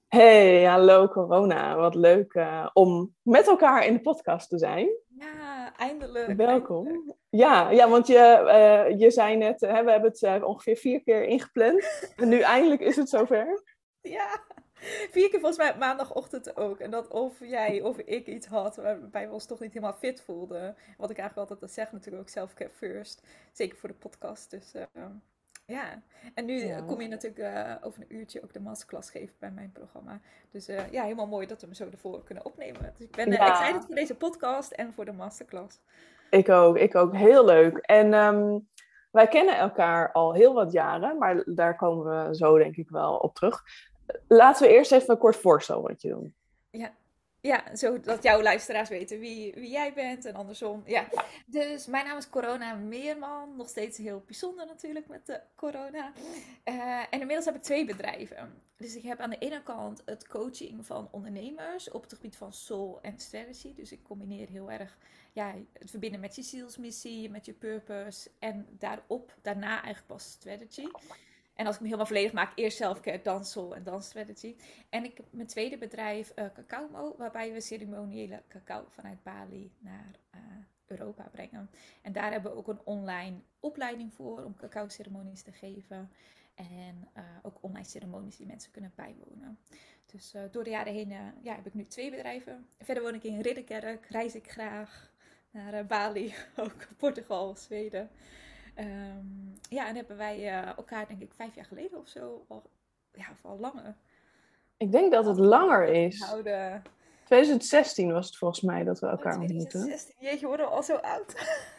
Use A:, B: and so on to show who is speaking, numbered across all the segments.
A: Hey, hallo corona. Wat leuk om met elkaar in de podcast te zijn.
B: Ja, eindelijk, eindelijk.
A: Welkom. Ja, want je zei net, we hebben het ongeveer 4 keer ingepland. En nu eindelijk is het zover.
B: Ja, 4 keer volgens mij maandagochtend ook. En dat of jij of ik iets had waarbij we ons toch niet helemaal fit voelden. Wat ik eigenlijk altijd zeg natuurlijk ook self-care first. Zeker voor de podcast. Dus ja. En nu
A: Ja,
B: kom je natuurlijk over een uurtje ook de masterclass geven bij mijn programma. Dus ja, helemaal mooi dat we hem zo ervoor kunnen opnemen. Dus ik ben excited
A: ja,
B: voor deze podcast en voor de masterclass.
A: ik ook. Ik ook. Heel leuk. En wij kennen elkaar al heel wat jaren, maar daar komen we zo denk ik wel op terug. Laten we eerst even een kort voorstelrondje doen.
B: Ja, ja, zodat jouw luisteraars weten wie jij bent en andersom. Ja. Dus mijn naam is Corona Meerman. Nog steeds heel bijzonder natuurlijk met de corona. En inmiddels heb ik 2 bedrijven. Dus ik heb aan de ene kant het coaching van ondernemers op het gebied van soul en strategy. Dus ik combineer heel erg ja, het verbinden met je zielsmissie, met je purpose. En daarna eigenlijk pas strategy. En als ik me helemaal volledig maak, eerst selfcare, dan soul en dan strategy. En ik heb mijn tweede bedrijf, Cacao Mo, waarbij we ceremoniële cacao vanuit Bali naar Europa brengen. En daar hebben we ook een online opleiding voor om cacao-ceremonies te geven. En ook online ceremonies die mensen kunnen bijwonen. Dus door de jaren heen ja, heb ik nu 2 bedrijven. Verder woon ik in Ridderkerk, reis ik graag naar Bali, ook Portugal, Zweden. Ja, en hebben wij elkaar denk ik 5 jaar geleden of zo, of al langer,
A: Ik denk dat het langer is.
B: houden.
A: 2016 was het volgens mij dat we
B: Oh,
A: elkaar ontmoeten.
B: 2016, jeetje, worden we al zo oud.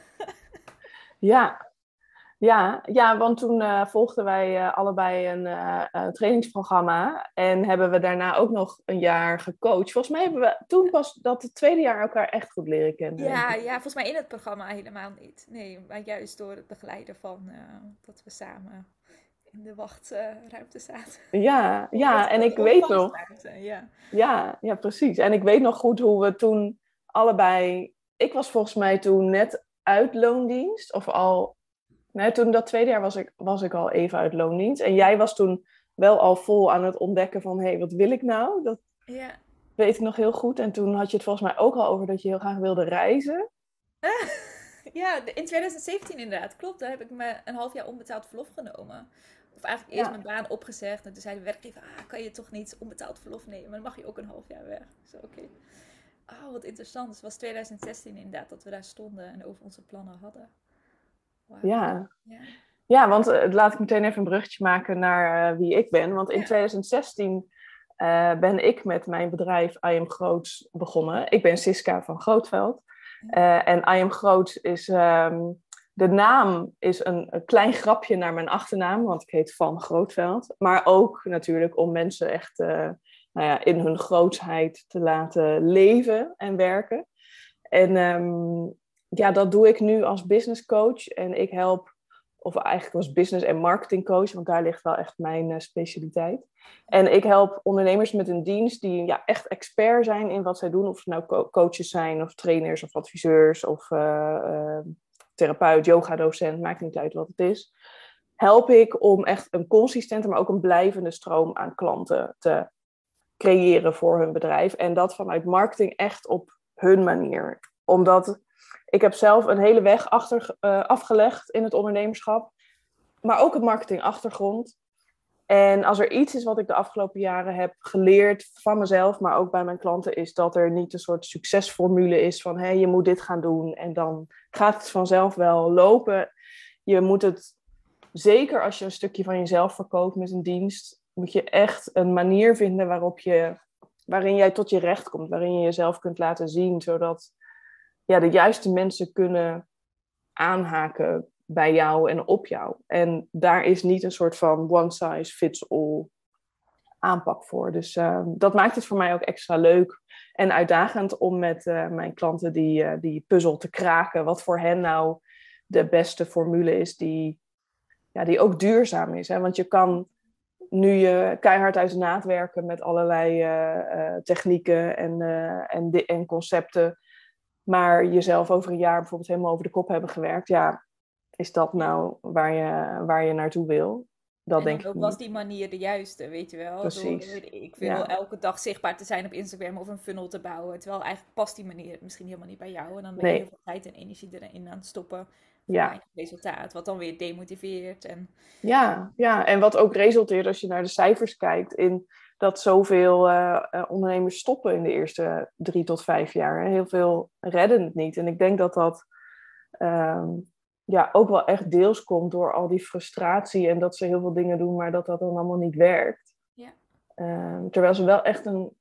A: Ja, ja, want toen volgden wij allebei een trainingsprogramma en hebben we daarna ook nog een jaar gecoacht. Volgens mij hebben we toen pas dat het tweede jaar elkaar echt goed leren kennen, denk
B: Ja,
A: ik.
B: ja, volgens mij in het programma helemaal niet. Nee, maar juist door het begeleiden van dat we samen in de wachtruimte zaten.
A: Ja, en
B: De
A: ik weet nog,
B: ontvangstruimte, ja.
A: ja, precies. En ik weet nog goed hoe we toen allebei, ik was volgens mij toen net uit loondienst, of al, nee, toen dat tweede jaar was ik al even uit loondienst. En jij was toen wel al vol aan het ontdekken van, hé, wat wil ik nou? Dat
B: Ja.
A: weet ik nog heel goed. En toen had je het volgens mij ook al over dat je heel graag wilde reizen.
B: Ja, in 2017 inderdaad, klopt. Daar heb ik me een half jaar onbetaald verlof genomen. Of eigenlijk eerst
A: Ja,
B: mijn baan opgezegd. En toen zei de werkgever, kan je toch niet onbetaald verlof nemen? Maar dan mag je ook een half jaar weg. Zo, oké. Oh, wat interessant. Dus het was 2016 inderdaad dat we daar stonden en over onze plannen hadden. Wauw.
A: ja.
B: Ja.
A: Ja, want laat ik meteen even een bruggetje maken naar wie ik ben. Want in
B: Ja.
A: 2016 ben ik met mijn bedrijf I Am Groots begonnen. Ik ben Siska van Grootveld. En I Am Groots is... de naam is een klein grapje naar mijn achternaam, want ik heet Van Grootveld. Maar ook natuurlijk om mensen echt nou ja, in hun grootsheid te laten leven en werken. En ja, dat doe ik nu als business coach. En ik help, of eigenlijk als business en marketing coach, want daar ligt wel echt mijn specialiteit. En ik help ondernemers met een dienst die ja, echt expert zijn in wat zij doen. Of het nou coaches zijn, of trainers, of adviseurs, of therapeut, yogadocent, maakt niet uit wat het is. Help ik om echt een consistente, maar ook een blijvende stroom aan klanten te creëren voor hun bedrijf. En dat vanuit marketing echt op hun manier. Omdat ik heb zelf een hele weg afgelegd in het ondernemerschap. Maar ook een marketingachtergrond. En als er iets is wat ik de afgelopen jaren heb geleerd van mezelf, maar ook bij mijn klanten, is dat er niet een soort succesformule is van je moet dit gaan doen en dan gaat het vanzelf wel lopen. Je moet het, zeker als je een stukje van jezelf verkoopt met een dienst, moet je echt een manier vinden waarin jij tot je recht komt, waarin je jezelf kunt laten zien, zodat ja, de juiste mensen kunnen aanhaken bij jou en op jou. En daar is niet een soort van one size fits all aanpak voor. Dus dat maakt het voor mij ook extra leuk en uitdagend om met mijn klanten die puzzel te kraken. Wat voor hen nou de beste formule is die ook duurzaam is. Hè? Want je kan nu je keihard uit de naad werken met allerlei technieken en concepten, maar jezelf over een jaar bijvoorbeeld helemaal over de kop hebben gewerkt. Ja, is dat nou waar je naartoe wil? Dat
B: En
A: denk
B: dan
A: ik
B: ook was
A: niet.
B: die manier de juiste, weet je wel. Door,
A: Precies.
B: weet ik veel,
A: Ja.
B: elke dag zichtbaar te zijn op Instagram of een funnel te bouwen. Terwijl eigenlijk past die manier misschien helemaal niet bij jou. En dan ben je heel
A: Nee.
B: veel tijd en energie erin aan het stoppen voor
A: Ja.
B: weinig resultaat. Wat dan weer demotiveert. En
A: Ja, ja, en wat ook resulteert als je naar de cijfers kijkt, in dat zoveel ondernemers stoppen in de eerste 3 tot 5 jaar. Hè. Heel veel redden het niet. En ik denk dat dat ehm, ja, ook wel echt deels komt door al die frustratie en dat ze heel veel dingen doen, maar dat dat dan allemaal niet werkt.
B: ja,
A: Terwijl ze wel echt een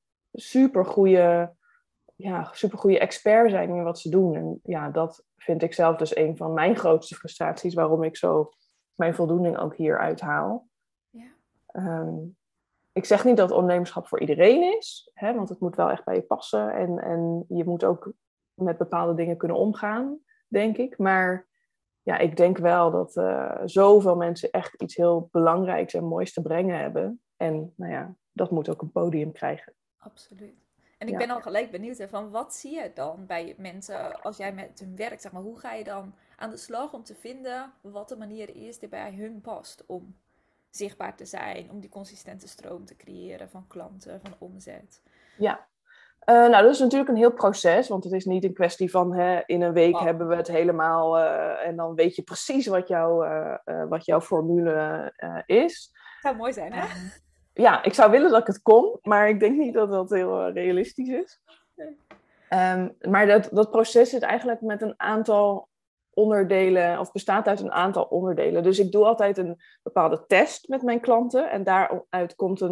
A: supergoeie expert zijn in wat ze doen. En ja, dat vind ik zelf dus een van mijn grootste frustraties, waarom ik zo mijn voldoening ook hieruit haal.
B: ja,
A: Ehm, ik zeg niet dat ondernemerschap voor iedereen is, hè, want het moet wel echt bij je passen. En je moet ook met bepaalde dingen kunnen omgaan, denk ik. Maar ja, ik denk wel dat zoveel mensen echt iets heel belangrijks en moois te brengen hebben. En nou ja, dat moet ook een podium krijgen.
B: absoluut. En ik ben
A: Ja.
B: al gelijk benieuwd hè, van wat zie je dan bij mensen als jij met hun werkt, zeg maar, hoe ga je dan aan de slag om te vinden wat de manier is die bij hun past om zichtbaar te zijn, om die consistente stroom te creëren van klanten, van omzet.
A: Ja. Nou, dat is natuurlijk een heel proces, want het is niet een kwestie van in een week
B: Wow.
A: hebben we het helemaal en dan weet je precies wat jouw formule is.
B: Zou mooi zijn, hè?
A: Ja, ik zou willen dat ik het kon, maar ik denk niet dat dat heel realistisch is.
B: Nee.
A: Maar dat proces zit eigenlijk met een aantal onderdelen, of bestaat uit een aantal onderdelen. Dus ik doe altijd een bepaalde test met mijn klanten en daaruit komt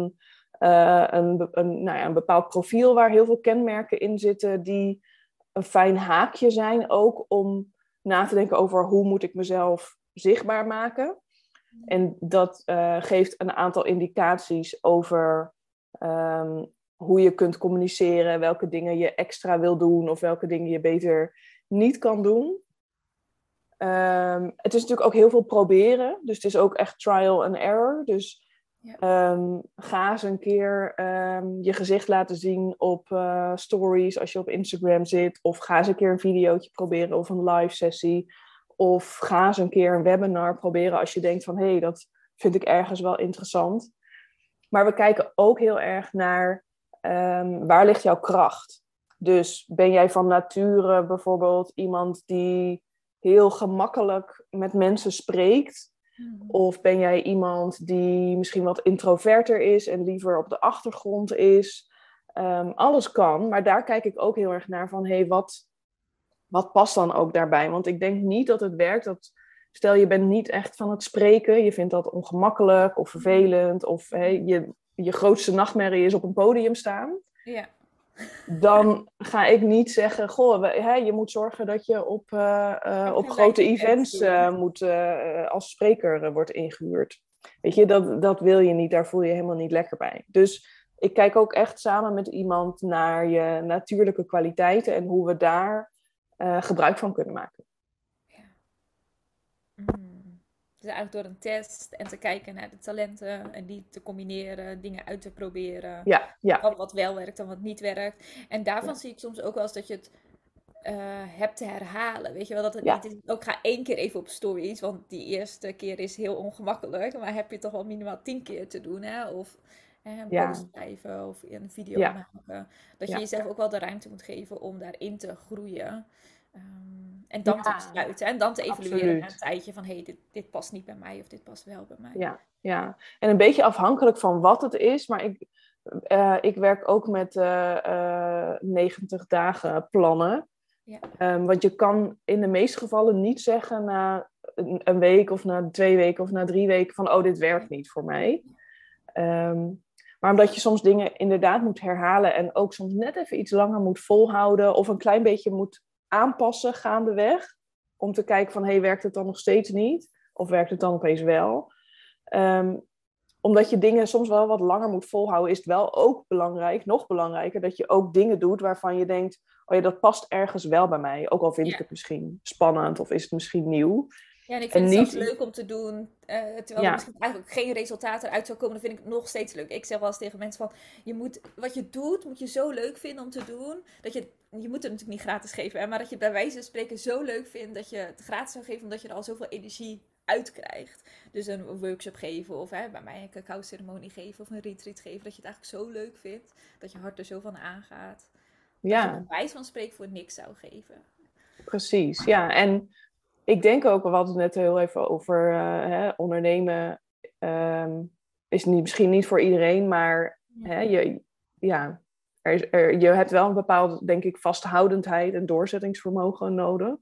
A: een bepaald profiel waar heel veel kenmerken in zitten die een fijn haakje zijn ook om na te denken over hoe moet ik mezelf zichtbaar maken. En dat geeft een aantal indicaties over hoe je kunt communiceren, welke dingen je extra wil doen of welke dingen je beter niet kan doen. Het is natuurlijk ook heel veel proberen, dus het is ook echt trial and error. Dus ga eens een keer je gezicht laten zien op stories als je op Instagram zit, of ga eens een keer een videootje proberen of een live sessie. Of ga eens een keer een webinar proberen als je denkt van hé, dat vind ik ergens wel interessant. Maar we kijken ook heel erg naar waar ligt jouw kracht. Dus ben jij van nature bijvoorbeeld iemand die heel gemakkelijk met mensen spreekt? Of ben jij iemand die misschien wat introverter is en liever op de achtergrond is? Alles kan, maar daar kijk ik ook heel erg naar van hé, wat past dan ook daarbij? Want ik denk niet dat het werkt dat, stel je bent niet echt van het spreken, je vindt dat ongemakkelijk of vervelend, of je grootste nachtmerrie is op een podium staan.
B: Ja.
A: Dan ga ik niet zeggen, goh, je moet zorgen dat je op grote events als spreker wordt ingehuurd. Weet je, dat wil je niet, daar voel je je helemaal niet lekker bij. Dus ik kijk ook echt samen met iemand naar je natuurlijke kwaliteiten en hoe we daar gebruik van kunnen maken.
B: Ja. Dus eigenlijk door een test en te kijken naar de talenten en die te combineren, dingen uit te proberen.
A: Ja.
B: Wat wel werkt en wat niet werkt. En daarvan zie ik soms ook wel eens dat je het hebt te herhalen. Weet je wel, dat het niet is, ook ga 1 keer even op stories, want die eerste keer is heel ongemakkelijk. Maar heb je toch wel minimaal 10 keer te doen, hè? Of een post schrijven of een video maken. Dat je jezelf ook wel de ruimte moet geven om daarin te groeien. En dan te besluiten en dan te evalueren na een tijdje van hé, dit past niet bij mij of dit past wel bij mij.
A: Ja. En een beetje afhankelijk van wat het is, maar ik werk ook met 90 dagen plannen. Want je kan in de meeste gevallen niet zeggen na een week of na 2 weken of na 3 weken van oh, dit werkt niet voor mij. Maar omdat je soms dingen inderdaad moet herhalen en ook soms net even iets langer moet volhouden of een klein beetje moet aanpassen gaandeweg. Om te kijken van, werkt het dan nog steeds niet? Of werkt het dan opeens wel? Omdat je dingen soms wel wat langer moet volhouden, is het wel ook belangrijk, nog belangrijker, dat je ook dingen doet waarvan je denkt, oh ja, dat past ergens wel bij mij. Ook al vind ik het misschien spannend of is het misschien nieuw.
B: Ja, en ik vind het zelfs leuk om te doen, terwijl er misschien eigenlijk geen resultaat eruit zou komen, dan vind ik het nog steeds leuk. Ik zeg wel eens tegen mensen van, wat je doet, moet je zo leuk vinden om te doen, dat je moet het natuurlijk niet gratis geven, hè, maar dat je het bij wijze van spreken zo leuk vindt, dat je het gratis zou geven, omdat je er al zoveel energie uitkrijgt. Dus een workshop geven of bij mij een cacao ceremonie geven of een retreat geven. Dat je het eigenlijk zo leuk vindt, dat je hart er zo van aangaat. Dat je bij wijze van spreken voor niks zou geven.
A: Precies, ja. En ik denk ook, we hadden het net heel even over ondernemen. Is misschien niet voor iedereen, maar je hebt wel een bepaalde, denk ik, vasthoudendheid en doorzettingsvermogen nodig.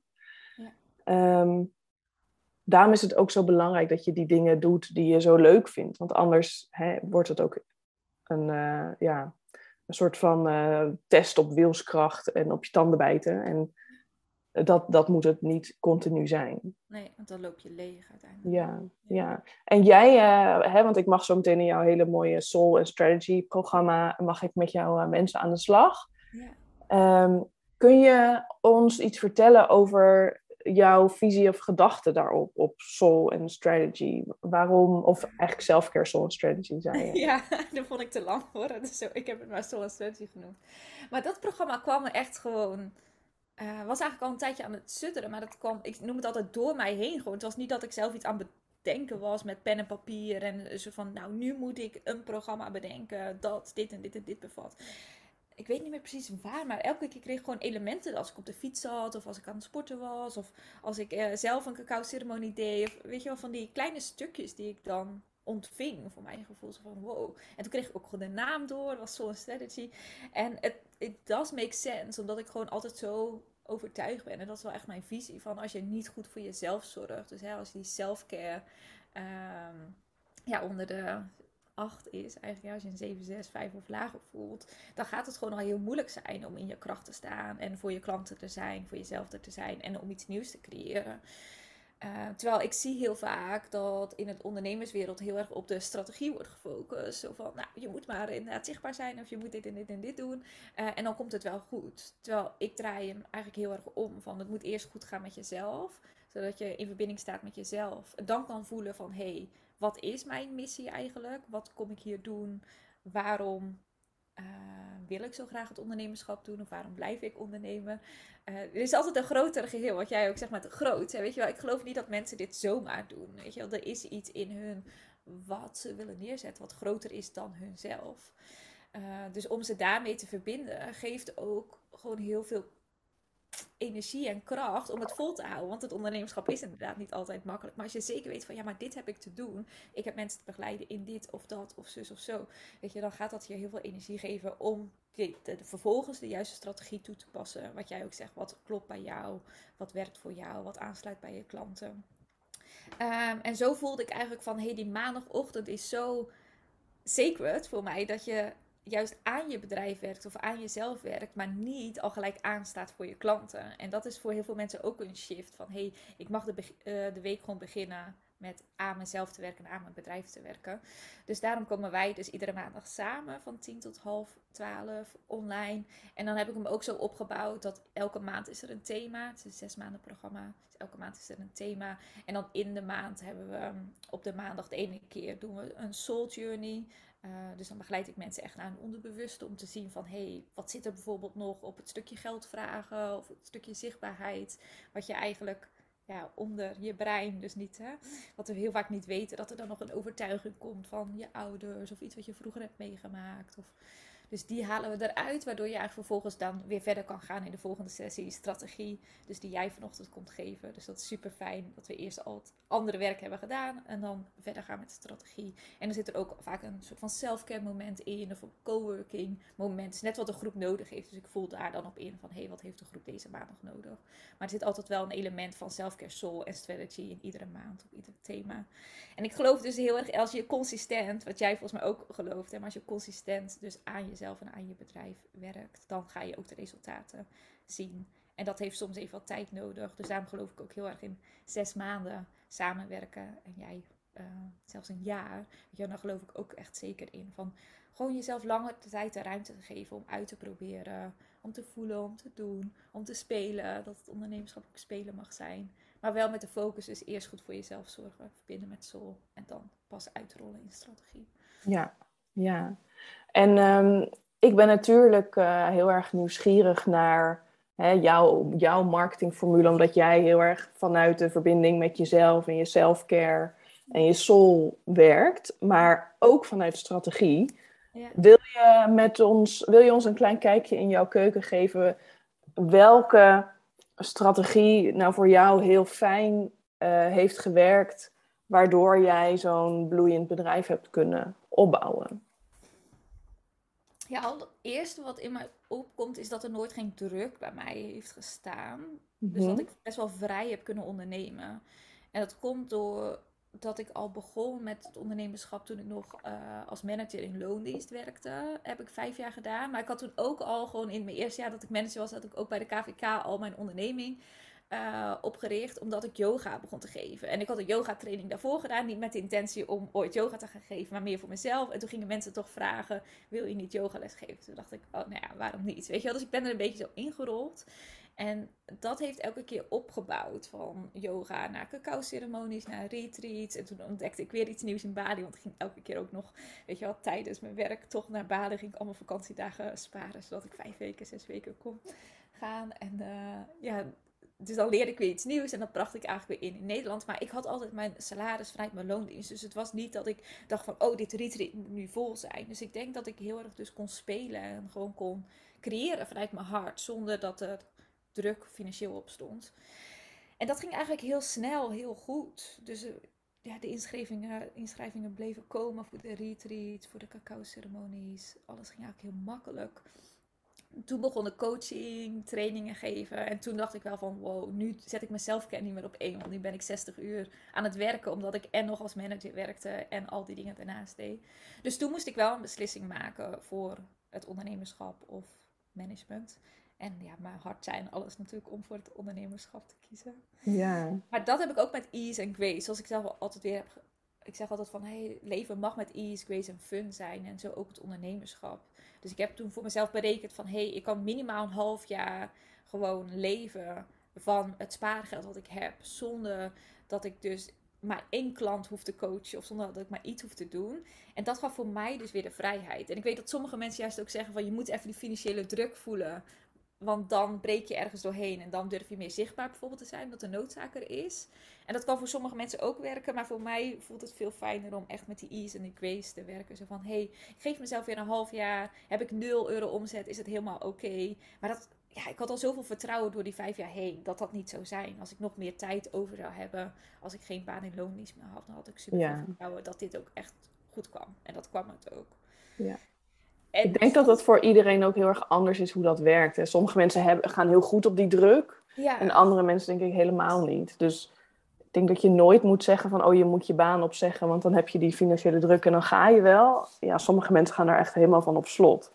A: Ja. Daarom is het ook zo belangrijk dat je die dingen doet die je zo leuk vindt. Want anders wordt het ook een soort van test op wilskracht en op je tanden bijten. En dat moet het niet continu zijn.
B: Nee, want dan loop je leeg uiteindelijk.
A: Ja. En jij, want ik mag zo meteen in jouw hele mooie Soul and Strategy programma, mag ik met jouw mensen aan de slag. Ja. Kun je ons iets vertellen over jouw visie of gedachten daarop, op Soul and Strategy? Waarom, of eigenlijk Self-Care Soul and Strategy, zei je?
B: Ja, dat vond ik te lang voor. Dus ik heb het maar Soul and Strategy genoemd. Maar dat programma kwam er echt gewoon... was eigenlijk al een tijdje aan het sudderen, maar dat kwam, ik noem het altijd door mij heen gewoon. Het was niet dat ik zelf iets aan bedenken was met pen en papier en een soort van, nou, nu moet ik een programma bedenken dat dit en dit en dit bevat. Ik weet niet meer precies waar, maar elke keer kreeg ik gewoon elementen als ik op de fiets zat of als ik aan het sporten was of als ik zelf een cacao ceremonie deed. Of weet je wel, van die kleine stukjes die ik dan ontving, voor mijn gevoel. Zo van wow. En toen kreeg ik ook gewoon de naam door, dat was Soul Strategy. En it does make sense, omdat ik gewoon altijd zo overtuigd ben. En dat is wel echt mijn visie van als je niet goed voor jezelf zorgt. Dus als je die self-care onder de 8 is, eigenlijk als je een 7, 6, 5 of lager voelt, dan gaat het gewoon al heel moeilijk zijn om in je kracht te staan en voor je klanten te zijn, voor jezelf er te zijn en om iets nieuws te creëren. Terwijl ik zie heel vaak dat in het ondernemerswereld heel erg op de strategie wordt gefocust. Zo van, nou, je moet maar inderdaad zichtbaar zijn of je moet dit en dit en dit doen. En dan komt het wel goed. Terwijl ik draai hem eigenlijk heel erg om. Van, het moet eerst goed gaan met jezelf. Zodat je in verbinding staat met jezelf. En dan kan voelen van, hé, wat is mijn missie eigenlijk? Wat kom ik hier doen? Waarom wil ik zo graag het ondernemerschap doen? Of waarom blijf ik ondernemen? Er is altijd een groter geheel, wat jij ook zegt met groot. Weet je wel, ik geloof niet dat mensen dit zomaar doen. Weet je wel, er is iets in hun wat ze willen neerzetten, wat groter is dan hunzelf. Dus om ze daarmee te verbinden, geeft ook gewoon heel veel energie en kracht om het vol te houden. Want het ondernemerschap is inderdaad niet altijd makkelijk. Maar als je zeker weet van, ja, maar dit heb ik te doen. Ik heb mensen te begeleiden in dit of dat of zus of zo. Weet je, dan gaat dat je heel veel energie geven om vervolgens de juiste strategie toe te passen. Wat jij ook zegt, wat klopt bij jou, wat werkt voor jou, wat aansluit bij je klanten. En zo voelde ik eigenlijk van, die maandagochtend is zo sacred voor mij, dat je juist aan je bedrijf werkt of aan jezelf werkt, maar niet al gelijk aanstaat voor je klanten. En dat is voor heel veel mensen ook een shift van, ik mag de week gewoon beginnen met aan mezelf te werken en aan mijn bedrijf te werken. Dus daarom komen wij dus iedere maandag samen van 10 tot 11:30 online. En dan heb ik hem ook zo opgebouwd dat elke maand is er een thema. Het is een 6 maanden programma. Dus elke maand is er een thema. En dan in de maand hebben we op de maandag de ene keer doen we een soul journey. Dus dan begeleid ik mensen echt naar een onderbewuste om te zien van, wat zit er bijvoorbeeld nog op het stukje geld vragen of het stukje zichtbaarheid, wat je eigenlijk onder je brein, dus niet, wat we heel vaak niet weten, dat er dan nog een overtuiging komt van je ouders of iets wat je vroeger hebt meegemaakt. Dus die halen we eruit, waardoor je eigenlijk vervolgens dan weer verder kan gaan in de volgende sessie, strategie, dus die jij vanochtend komt geven. Dus dat is super fijn dat we eerst al het andere werk hebben gedaan en dan verder gaan met de strategie. En dan zit er ook vaak een soort van self-care moment in of een coworking moment. Dus net wat de groep nodig heeft. Dus ik voel daar dan op in van, wat heeft de groep deze maand nog nodig? Maar er zit altijd wel een element van self-care, soul en strategy in iedere maand op ieder thema. En ik geloof dus heel erg, als je consistent, wat jij volgens mij ook gelooft, maar als je consistent dus aan jezelf en aan je bedrijf werkt, dan ga je ook de resultaten zien. En dat heeft soms even wat tijd nodig. Dus daarom geloof ik ook heel erg in 6 maanden samenwerken. En jij zelfs een jaar. Daar geloof ik ook echt zeker in. Van gewoon jezelf langer de tijd en ruimte te geven om uit te proberen. Om te voelen, om te doen, om te spelen. Dat het ondernemerschap ook spelen mag zijn. Maar wel met de focus dus eerst goed voor jezelf zorgen. Verbinden met soul. En dan pas uitrollen in strategie.
A: Ja. En ik ben natuurlijk heel erg nieuwsgierig naar jouw marketingformule, omdat jij heel erg vanuit de verbinding met jezelf en je self-care en je soul werkt, maar ook vanuit strategie.
B: Ja.
A: Wil je ons een klein kijkje in jouw keuken geven? Welke strategie nou voor jou heel fijn heeft gewerkt, waardoor jij zo'n bloeiend bedrijf hebt kunnen opbouwen?
B: Ja, het eerste wat in mij opkomt is dat er nooit geen druk bij mij heeft gestaan. Dus dat
A: Mhm.
B: ik best wel vrij heb kunnen ondernemen. En dat komt door dat ik al begon met het ondernemerschap toen ik nog als manager in loondienst werkte. Heb ik 5 jaar gedaan. Maar ik had toen ook al gewoon in mijn eerste jaar dat ik manager was, had ik ook bij de KVK al mijn onderneming opgericht. Omdat ik yoga begon te geven. En ik had een yoga training daarvoor gedaan. Niet met de intentie om ooit yoga te gaan geven, maar meer voor mezelf. En toen gingen mensen toch vragen, wil je niet yogales geven? Toen dacht ik, oh nou ja, waarom niet? Weet je wel? Dus ik ben er een beetje zo ingerold. En dat heeft elke keer opgebouwd. Van yoga naar cacao-ceremonies, naar retreats. En toen ontdekte ik weer iets nieuws in Bali. Want ik ging elke keer ook nog, weet je wel, tijdens mijn werk toch naar Bali. Ging ik allemaal vakantiedagen sparen. Zodat ik 5 weken, 6 weken kon gaan. En ja, dus dan leerde ik weer iets nieuws. En dat bracht ik eigenlijk weer in Nederland. Maar ik had altijd mijn salaris vanuit mijn loondienst. Dus het was niet dat ik dacht van, oh, dit retreat moet nu vol zijn. Dus ik denk dat ik heel erg dus kon spelen. En gewoon kon creëren vanuit mijn hart. Zonder dat er druk financieel op stond. En dat ging eigenlijk heel snel, heel goed. Dus ja, de inschrijvingen bleven komen voor de retreats, voor de cacao-ceremonies. Alles ging eigenlijk heel makkelijk. Toen begon ik coaching, trainingen geven. En toen dacht ik wel van, wow, nu zet ik mezelf niet meer op één. Want nu ben ik 60 uur aan het werken, omdat ik en nog als manager werkte en al die dingen daarnaast deed. Dus toen moest ik wel een beslissing maken voor het ondernemerschap of management. En ja, mijn hart zijn alles natuurlijk om voor het ondernemerschap te kiezen.
A: Ja.
B: Maar dat heb ik ook met ease en grace. Zoals ik zelf altijd weer heb. Ik zeg altijd van, hey, leven mag met ease, grace en fun zijn. En zo ook het ondernemerschap. Dus ik heb toen voor mezelf berekend van, hey, ik kan minimaal een half jaar gewoon leven van het spaargeld wat ik heb. Zonder dat ik dus maar één klant hoef te coachen. Of zonder dat ik maar iets hoef te doen. En dat gaf voor mij dus weer de vrijheid. En ik weet dat sommige mensen juist ook zeggen van, je moet even die financiële druk voelen. Want dan breek je ergens doorheen en dan durf je meer zichtbaar bijvoorbeeld te zijn, dat de noodzaak er is. En dat kan voor sommige mensen ook werken, maar voor mij voelt het veel fijner om echt met die ease en die grace te werken. Zo van, hey, ik geef mezelf weer een half jaar, heb ik 0 euro omzet, is het helemaal oké. Maar dat, ja, ik had al zoveel vertrouwen door die 5 jaar heen, dat dat niet zou zijn. Als ik nog meer tijd over zou hebben, als ik geen baan in loondienst meer had, dan had ik super veel vertrouwen dat dit ook echt goed kwam. En dat kwam het ook.
A: Ja.
B: En
A: ik denk dat dat voor iedereen ook heel erg anders is hoe dat werkt. Hè. Sommige mensen gaan heel goed op die druk.
B: ja.
A: En andere mensen denk ik helemaal niet. Dus ik denk dat je nooit moet zeggen van, oh, je moet je baan opzeggen, want dan heb je die financiële druk en dan ga je wel. Ja, sommige mensen gaan daar echt helemaal van op slot.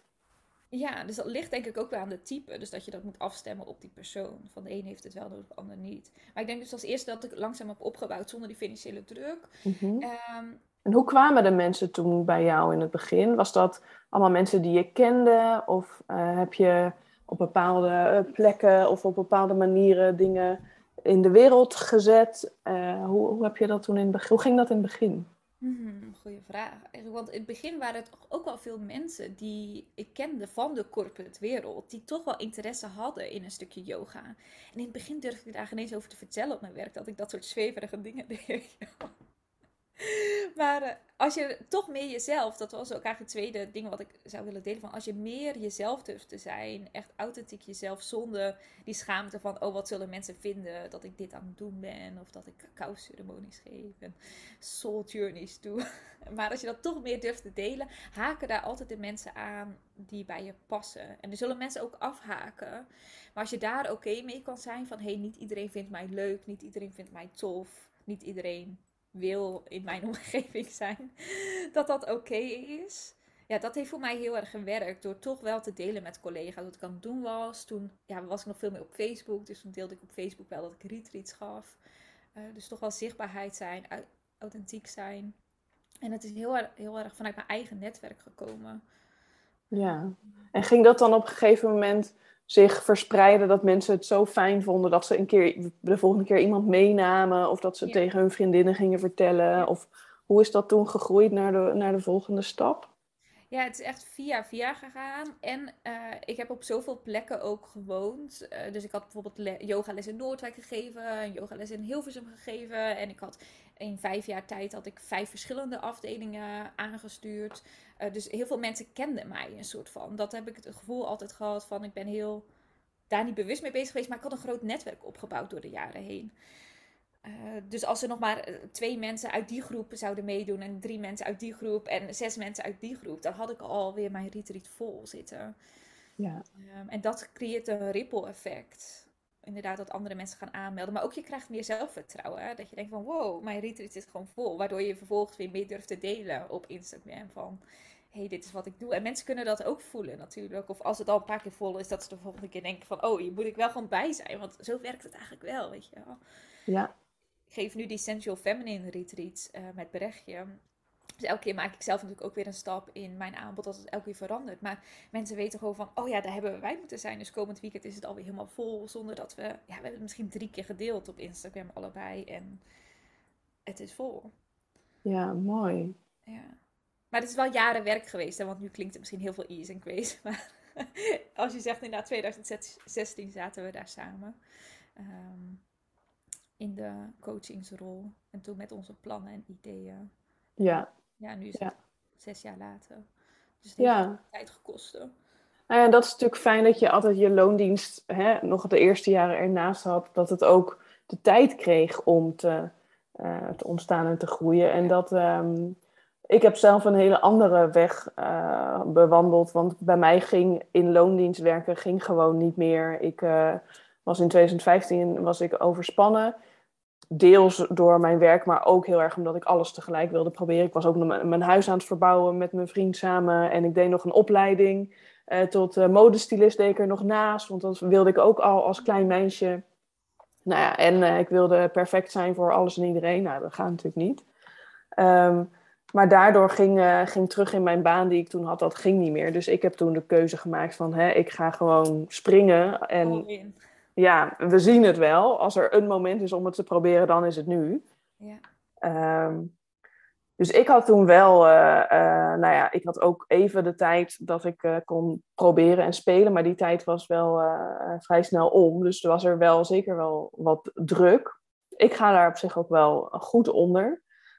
B: Ja, dus dat ligt denk ik ook wel aan de type. Dus dat je dat moet afstemmen op die persoon. Van de een heeft het wel nodig, de ander niet. Maar ik denk dus als eerste dat ik langzaam heb opgebouwd zonder die financiële druk.
A: Mm-hmm. En hoe kwamen de mensen toen bij jou in het begin? Was dat allemaal mensen die je kende? Of heb je op bepaalde plekken of op bepaalde manieren dingen in de wereld gezet? Hoe heb je dat toen in het begin? Hoe ging dat in het begin?
B: Goeie vraag. Want in het begin waren het ook wel veel mensen die ik kende van de corporate wereld, die toch wel interesse hadden in een stukje yoga. En in het begin durfde ik daar geen eens over te vertellen op mijn werk, dat ik dat soort zweverige dingen deed. Maar als je toch meer jezelf, dat was ook eigenlijk het tweede ding wat ik zou willen delen. Van als je meer jezelf durft te zijn, echt authentiek jezelf, zonder die schaamte van, oh, wat zullen mensen vinden dat ik dit aan het doen ben. Of dat ik cacao-ceremonies geef en soul journeys doe. Maar als je dat toch meer durft te delen, haken daar altijd de mensen aan die bij je passen. En er zullen mensen ook afhaken. Maar als je daar oké mee kan zijn van, hey, niet iedereen vindt mij leuk, niet iedereen vindt mij tof, niet iedereen wil in mijn omgeving zijn, dat dat oké is. Ja, dat heeft voor mij heel erg gewerkt, door toch wel te delen met collega's wat ik aan het doen was. Toen was ik nog veel meer op Facebook, dus toen deelde ik op Facebook wel dat ik retreats gaf. Dus toch wel zichtbaarheid zijn, authentiek zijn. En het is heel erg vanuit mijn eigen netwerk gekomen.
A: Ja, en ging dat dan op een gegeven moment zich verspreiden, dat mensen het zo fijn vonden dat ze de volgende keer iemand meenamen, of dat ze tegen hun vriendinnen gingen vertellen? Of hoe is dat toen gegroeid naar de volgende stap?
B: Ja, het is echt via gegaan. En ik heb op zoveel plekken ook gewoond. Dus ik had bijvoorbeeld yogales in Noordwijk gegeven, een yogales in Hilversum gegeven. En ik had in 5 jaar tijd had ik 5 verschillende afdelingen aangestuurd. Dus heel veel mensen kenden mij een soort van. Dat heb ik het gevoel altijd gehad van ik ben heel daar niet bewust mee bezig geweest. Maar ik had een groot netwerk opgebouwd door de jaren heen. Dus als er nog maar 2 mensen uit die groep zouden meedoen en 3 mensen uit die groep en 6 mensen uit die groep, dan had ik alweer mijn retreat vol zitten.
A: Ja.
B: En dat creëert een ripple effect. Inderdaad, dat andere mensen gaan aanmelden. Maar ook je krijgt meer zelfvertrouwen. Hè? Dat je denkt van wow, mijn retreat is gewoon vol. Waardoor je vervolgens weer meer durft te delen op Instagram van hey, dit is wat ik doe. En mensen kunnen dat ook voelen natuurlijk. Of als het al een paar keer vol is, dat ze de volgende keer denken van oh, hier moet ik wel gewoon bij zijn. Want zo werkt het eigenlijk wel, weet je wel.
A: Ja.
B: Ik geef nu die Sensual Feminine retreats met berichtje. Dus elke keer maak ik zelf natuurlijk ook weer een stap in mijn aanbod dat het elke keer verandert. Maar mensen weten gewoon van, oh ja, daar hebben wij moeten zijn. Dus komend weekend is het alweer helemaal vol. Zonder dat we hebben het misschien 3 keer gedeeld op Instagram allebei. En het is vol.
A: Ja, mooi.
B: Ja. Maar het is wel jaren werk geweest. Hè? Want nu klinkt het misschien heel veel ease en grace. Maar als je zegt, inderdaad 2016 zaten we daar samen. In de coachingsrol. En toen met onze plannen en ideeën.
A: Ja.
B: Ja, nu is het 6 jaar later. Dus het heeft tijd gekost.
A: Nou ja, dat is natuurlijk fijn dat je altijd je loondienst nog de eerste jaren ernaast had. Dat het ook de tijd kreeg om te ontstaan en te groeien. En dat ik heb zelf een hele andere weg bewandeld. Want bij mij ging in loondienst werken ging gewoon niet meer. Ik was in 2015 was ik overspannen. Deels door mijn werk, maar ook heel erg omdat ik alles tegelijk wilde proberen. Ik was ook mijn huis aan het verbouwen met mijn vriend samen. En ik deed nog een opleiding tot modestylist deed ik er nog naast. Want dat wilde ik ook al als klein meisje. Nou ja, en ik wilde perfect zijn voor alles en iedereen. Nou, dat gaat natuurlijk niet. Maar daardoor ging terug in mijn baan die ik toen had, dat ging niet meer. Dus ik heb toen de keuze gemaakt van, ik ga gewoon springen. En ja, we zien het wel. Als er een moment is om het te proberen, dan is het nu. Ja. Dus ik had toen wel, ik had ook even de tijd dat ik kon proberen en spelen. Maar die tijd was wel vrij snel om. Dus er was er wel zeker wel wat druk. Ik ga daar op zich ook wel goed onder.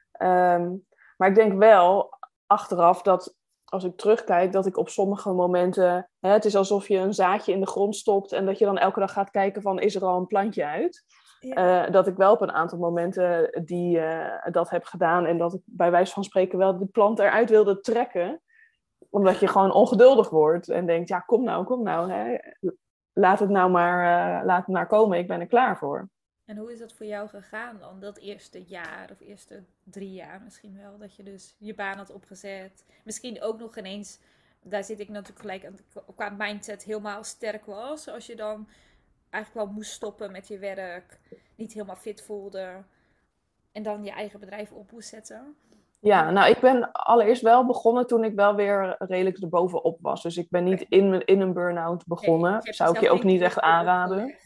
A: Maar ik denk wel achteraf dat als ik terugkijk, dat ik op sommige momenten... het is alsof je een zaadje in de grond stopt en dat je dan elke dag gaat kijken van, is er al een plantje uit? Ja. Dat ik wel op een aantal momenten dat heb gedaan en dat ik bij wijze van spreken wel de plant eruit wilde trekken. Omdat je gewoon ongeduldig wordt en denkt, ja, kom nou. Hè. Laat het maar komen, ik ben er klaar voor.
B: En hoe is dat voor jou gegaan dan? Dat eerste jaar of eerste 3 jaar misschien wel. Dat je dus je baan had opgezet. Misschien ook nog ineens, daar zit ik natuurlijk gelijk aan, qua mindset helemaal sterk was. Als je dan eigenlijk wel moest stoppen met je werk. Niet helemaal fit voelde. En dan je eigen bedrijf op moest zetten.
A: Ja, nou ik ben allereerst wel begonnen toen ik wel weer redelijk erbovenop was. Dus ik ben niet in een burn-out begonnen. Nee, zou ik je ook niet echt aanraden.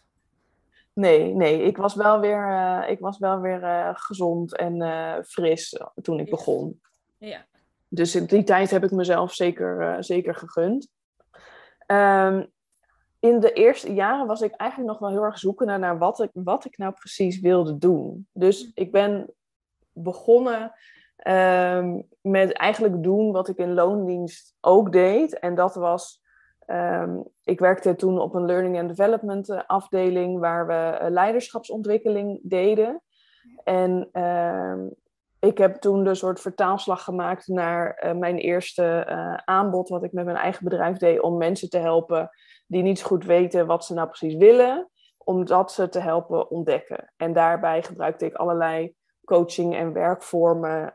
A: Nee, ik was wel weer gezond en fris toen ik begon. Ja. Dus in die tijd heb ik mezelf zeker gegund. In de eerste jaren was ik eigenlijk nog wel heel erg zoekende naar wat ik nou precies wilde doen. Dus ik ben begonnen met eigenlijk doen wat ik in loondienst ook deed. En dat was... ik werkte toen op een learning and development afdeling waar we leiderschapsontwikkeling deden. En ik heb toen de soort vertaalslag gemaakt naar mijn eerste aanbod wat ik met mijn eigen bedrijf deed om mensen te helpen die niet zo goed weten wat ze nou precies willen, om dat ze te helpen ontdekken. En daarbij gebruikte ik allerlei coaching en werkvormen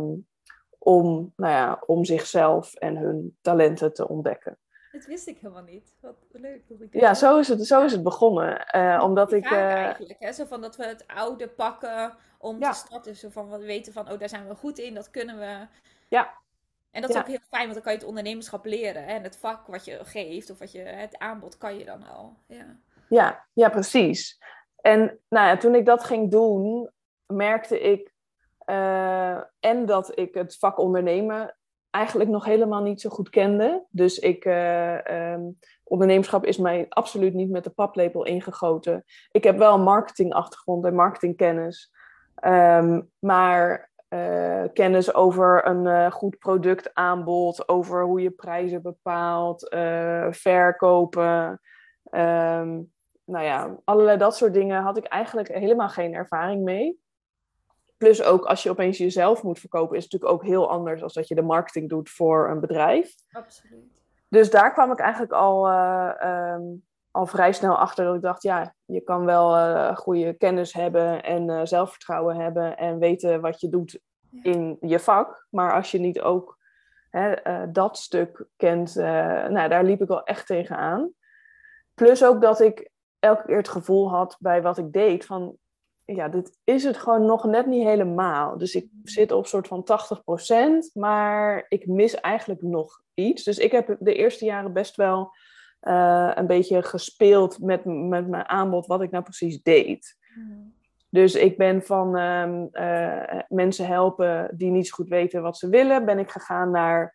A: om zichzelf en hun talenten te ontdekken.
B: Dat wist ik helemaal niet. Wat leuk dat ik
A: ja, zo is het begonnen. Omdat ik
B: eigenlijk, hè? Zo van dat we het oude pakken om te starten. Zo van we weten van, daar zijn we goed in, dat kunnen we.
A: Ja.
B: En dat is ook heel fijn, want dan kan je het ondernemerschap leren. Hè? En het vak wat je geeft of het aanbod kan je dan al.
A: Ja, precies. En toen ik dat ging doen, merkte ik en dat ik het vak ondernemen eigenlijk nog helemaal niet zo goed kende. Dus ondernemerschap is mij absoluut niet met de paplepel ingegoten. Ik heb wel een marketingachtergrond en marketingkennis. Maar kennis over een goed productaanbod, over hoe je prijzen bepaalt, verkopen. Nou ja, allerlei dat soort dingen had ik eigenlijk helemaal geen ervaring mee. Plus ook als je opeens jezelf moet verkopen, is het natuurlijk ook heel anders dan dat je de marketing doet voor een bedrijf.
B: Absoluut.
A: Dus daar kwam ik eigenlijk al vrij snel achter dat ik dacht, ja, je kan wel goede kennis hebben en zelfvertrouwen hebben en weten wat je doet in je vak. Maar als je niet ook dat stuk kent, nou, daar liep ik wel echt tegenaan. Plus ook dat ik elke keer het gevoel had bij wat ik deed van, ja, dit is het gewoon nog net niet helemaal. Dus ik zit op een soort van 80%, maar ik mis eigenlijk nog iets. Dus ik heb de eerste jaren best wel een beetje gespeeld met mijn aanbod, wat ik nou precies deed. Dus ik ben van mensen helpen die niet zo goed weten wat ze willen, ben ik gegaan naar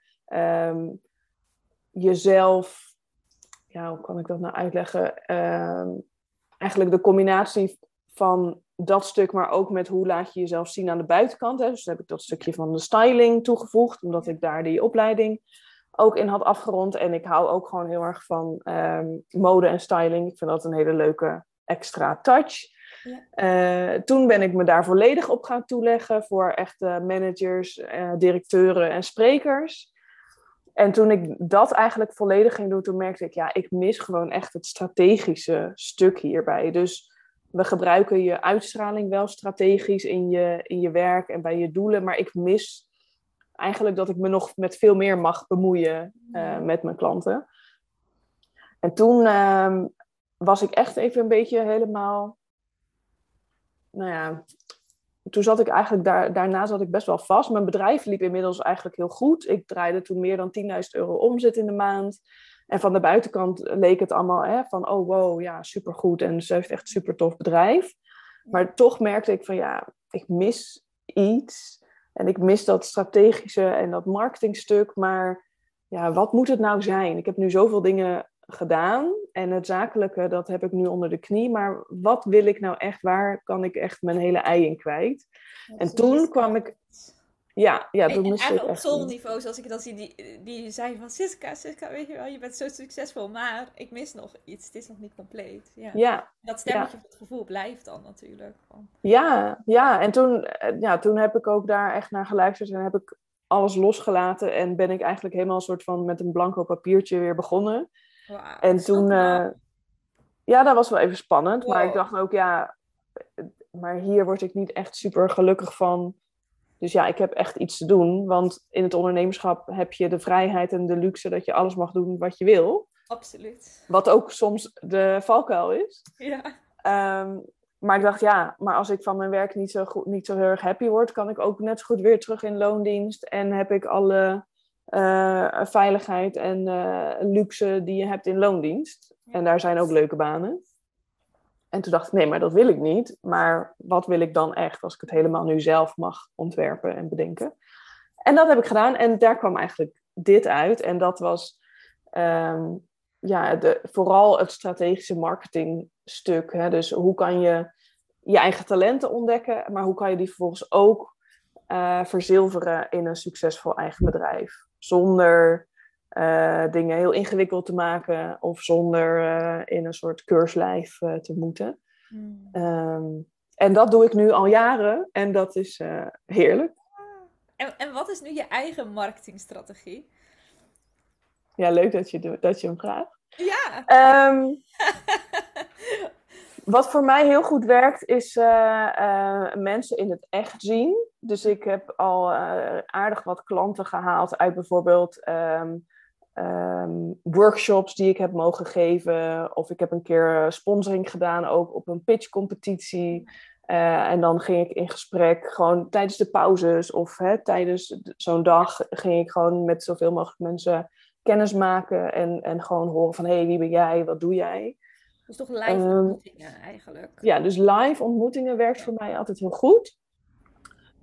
A: jezelf, ja, hoe kan ik dat nou uitleggen? Eigenlijk de combinatie van dat stuk, maar ook met hoe laat je jezelf zien aan de buitenkant. Hè? Dus dan heb ik dat stukje van de styling toegevoegd, omdat ik daar die opleiding ook in had afgerond. En ik hou ook gewoon heel erg van mode en styling. Ik vind dat een hele leuke extra touch. Ja. Toen ben ik me daar volledig op gaan toeleggen voor echte managers, directeuren en sprekers. En toen ik dat eigenlijk volledig ging doen, toen merkte ik, ja, ik mis gewoon echt het strategische stuk hierbij. Dus we gebruiken je uitstraling wel strategisch in je werk en bij je doelen, maar ik mis eigenlijk dat ik me nog met veel meer mag bemoeien met mijn klanten. En toen was ik echt even een beetje helemaal, nou ja, toen zat ik eigenlijk, daarna zat ik best wel vast. Mijn bedrijf liep inmiddels eigenlijk heel goed. Ik draaide toen meer dan €10.000 omzet in de maand. En van de buitenkant leek het allemaal van, oh wow, ja, supergoed. En ze heeft echt een super tof bedrijf. Maar toch merkte ik van, ja, ik mis iets. En ik mis dat strategische en dat marketingstuk. Maar ja, wat moet het nou zijn? Ik heb nu zoveel dingen gedaan. En het zakelijke, dat heb ik nu onder de knie. Maar wat wil ik nou echt? Waar kan ik echt mijn hele ei in kwijt? En toen kwam ik... Ja, toen miste ik
B: op
A: echt...
B: zo'n niveau, zoals ik dan zie, die zei van Siska, weet je wel, je bent zo succesvol, maar ik mis nog iets. Het is nog niet compleet. Ja. Dat stemmetje van het gevoel blijft dan natuurlijk.
A: Ja. En toen heb ik ook daar echt naar geluisterd en heb ik alles losgelaten en ben ik eigenlijk helemaal een soort van met een blanco papiertje weer begonnen.
B: Wow,
A: en toen, dat was wel even spannend. Wow. Maar ik dacht ook, ja, maar hier word ik niet echt super gelukkig van. Dus ja, ik heb echt iets te doen. Want in het ondernemerschap heb je de vrijheid en de luxe dat je alles mag doen wat je wil.
B: Absoluut.
A: Wat ook soms de valkuil is.
B: Ja.
A: Maar ik dacht, ja, maar als ik van mijn werk niet zo heel erg happy word, kan ik ook net zo goed weer terug in loondienst. En heb ik alle veiligheid en luxe die je hebt in loondienst. Ja. En daar zijn ook leuke banen. En toen dacht ik, nee, maar dat wil ik niet. Maar wat wil ik dan echt als ik het helemaal nu zelf mag ontwerpen en bedenken? En dat heb ik gedaan. En daar kwam eigenlijk dit uit. En dat was vooral het strategische marketingstuk. Hè? Dus hoe kan je je eigen talenten ontdekken, maar hoe kan je die vervolgens ook verzilveren in een succesvol eigen bedrijf? Zonder dingen heel ingewikkeld te maken of zonder in een soort keurslijf te moeten. En dat doe ik nu al jaren en dat is heerlijk.
B: En wat is nu je eigen marketingstrategie?
A: Ja, leuk dat je hem vraagt.
B: Ja!
A: Wat voor mij heel goed werkt, is mensen in het echt zien. Dus ik heb al aardig wat klanten gehaald uit bijvoorbeeld workshops die ik heb mogen geven. Of ik heb een keer sponsoring gedaan, ook op een pitchcompetitie. En dan ging ik in gesprek, gewoon tijdens de pauzes of tijdens zo'n dag ging ik gewoon met zoveel mogelijk mensen kennis maken. En gewoon horen van, hey, wie ben jij, wat doe jij?
B: Dus toch live ontmoetingen eigenlijk.
A: Ja, dus live ontmoetingen werkt voor mij altijd heel goed.